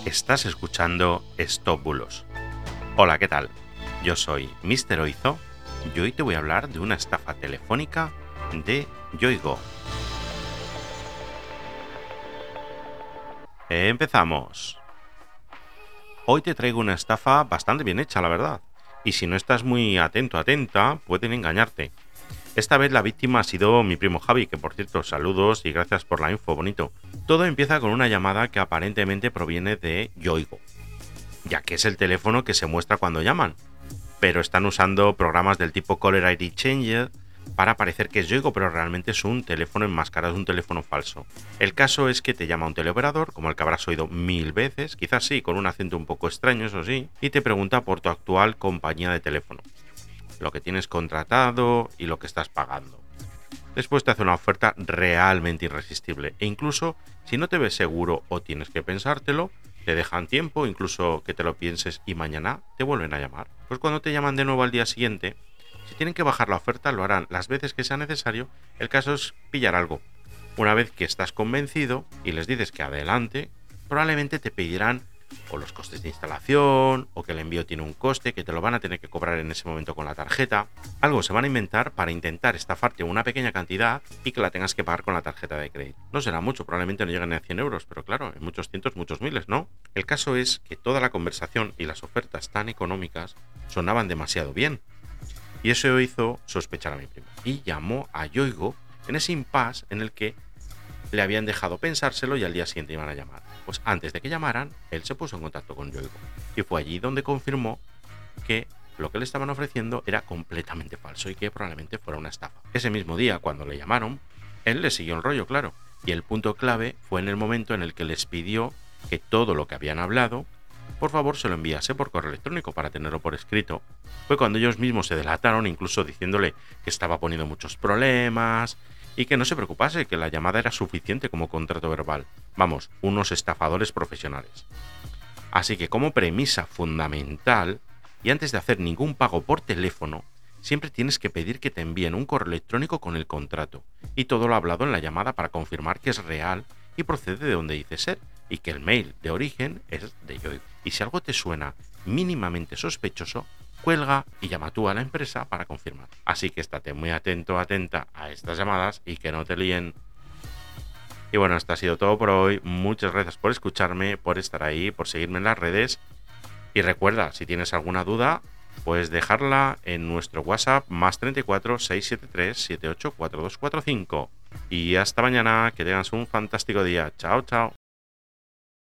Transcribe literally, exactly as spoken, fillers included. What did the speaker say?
Estás escuchando Stop Bulos. Hola, ¿qué tal? Yo soy míster Oizo y hoy te voy a hablar de una estafa telefónica de Yoigo. Empezamos. Hoy te traigo una estafa bastante bien hecha, la verdad. Y si no estás muy atento, atenta, pueden engañarte. Esta vez la víctima ha sido mi primo Javi, que por cierto, saludos y gracias por la info, bonito. Todo empieza con una llamada que aparentemente proviene de Yoigo, ya que es el teléfono que se muestra cuando llaman, pero están usando programas del tipo Caller I D Changer para parecer que es Yoigo, pero realmente es un teléfono enmascarado, es un teléfono falso. El caso es que te llama un teleoperador, como el que habrás oído mil veces, quizás sí, con un acento un poco extraño, eso sí, y te pregunta por tu actual compañía de teléfono, lo que tienes contratado y lo que estás pagando. Después te hace una oferta realmente irresistible e incluso si no te ves seguro o tienes que pensártelo, te dejan tiempo, incluso que te lo pienses y mañana te vuelven a llamar. Pues cuando te llaman de nuevo al día siguiente, si tienen que bajar la oferta lo harán las veces que sea necesario. El caso es pillar algo. Una vez que estás convencido y les dices que adelante, probablemente te pedirán o los costes de instalación, o que el envío tiene un coste, que te lo van a tener que cobrar en ese momento con la tarjeta. Algo se van a inventar para intentar estafarte una pequeña cantidad y que la tengas que pagar con la tarjeta de crédito. No será mucho, probablemente no lleguen a cien euros, pero claro, en muchos cientos, muchos miles, ¿no? El caso es que toda la conversación y las ofertas tan económicas sonaban demasiado bien. Y eso hizo sospechar a mi primo. Y llamó a Yoigo en ese impasse en el que le habían dejado pensárselo y al día siguiente iban a llamar. Pues antes de que llamaran, él se puso en contacto con Yoigo y fue allí donde confirmó que lo que le estaban ofreciendo era completamente falso y que probablemente fuera una estafa. Ese mismo día, cuando le llamaron, él le siguió el rollo, claro, y el punto clave fue en el momento en el que les pidió que todo lo que habían hablado, por favor se lo enviase por correo electrónico para tenerlo por escrito. Fue cuando ellos mismos se delataron, incluso diciéndole que estaba poniendo muchos problemas y que no se preocupase, que la llamada era suficiente como contrato verbal. Vamos, unos estafadores profesionales. Así que como premisa fundamental, y antes de hacer ningún pago por teléfono, siempre tienes que pedir que te envíen un correo electrónico con el contrato y todo lo hablado en la llamada para confirmar que es real y procede de donde dice ser, y que el mail de origen es de Yoigo. Y si algo te suena mínimamente sospechoso, cuelga y llama tú a la empresa para confirmar. Así que estate muy atento, atenta a estas llamadas y que no te líen. Y bueno, esto ha sido todo por hoy. Muchas gracias por escucharme, por estar ahí, por seguirme en las redes. Y recuerda, si tienes alguna duda, puedes dejarla en nuestro WhatsApp más treinta y cuatro, seiscientos setenta y tres, setenta y ocho, cuarenta y dos cuarenta y cinco. Y hasta mañana, que tengas un fantástico día. Chao, chao.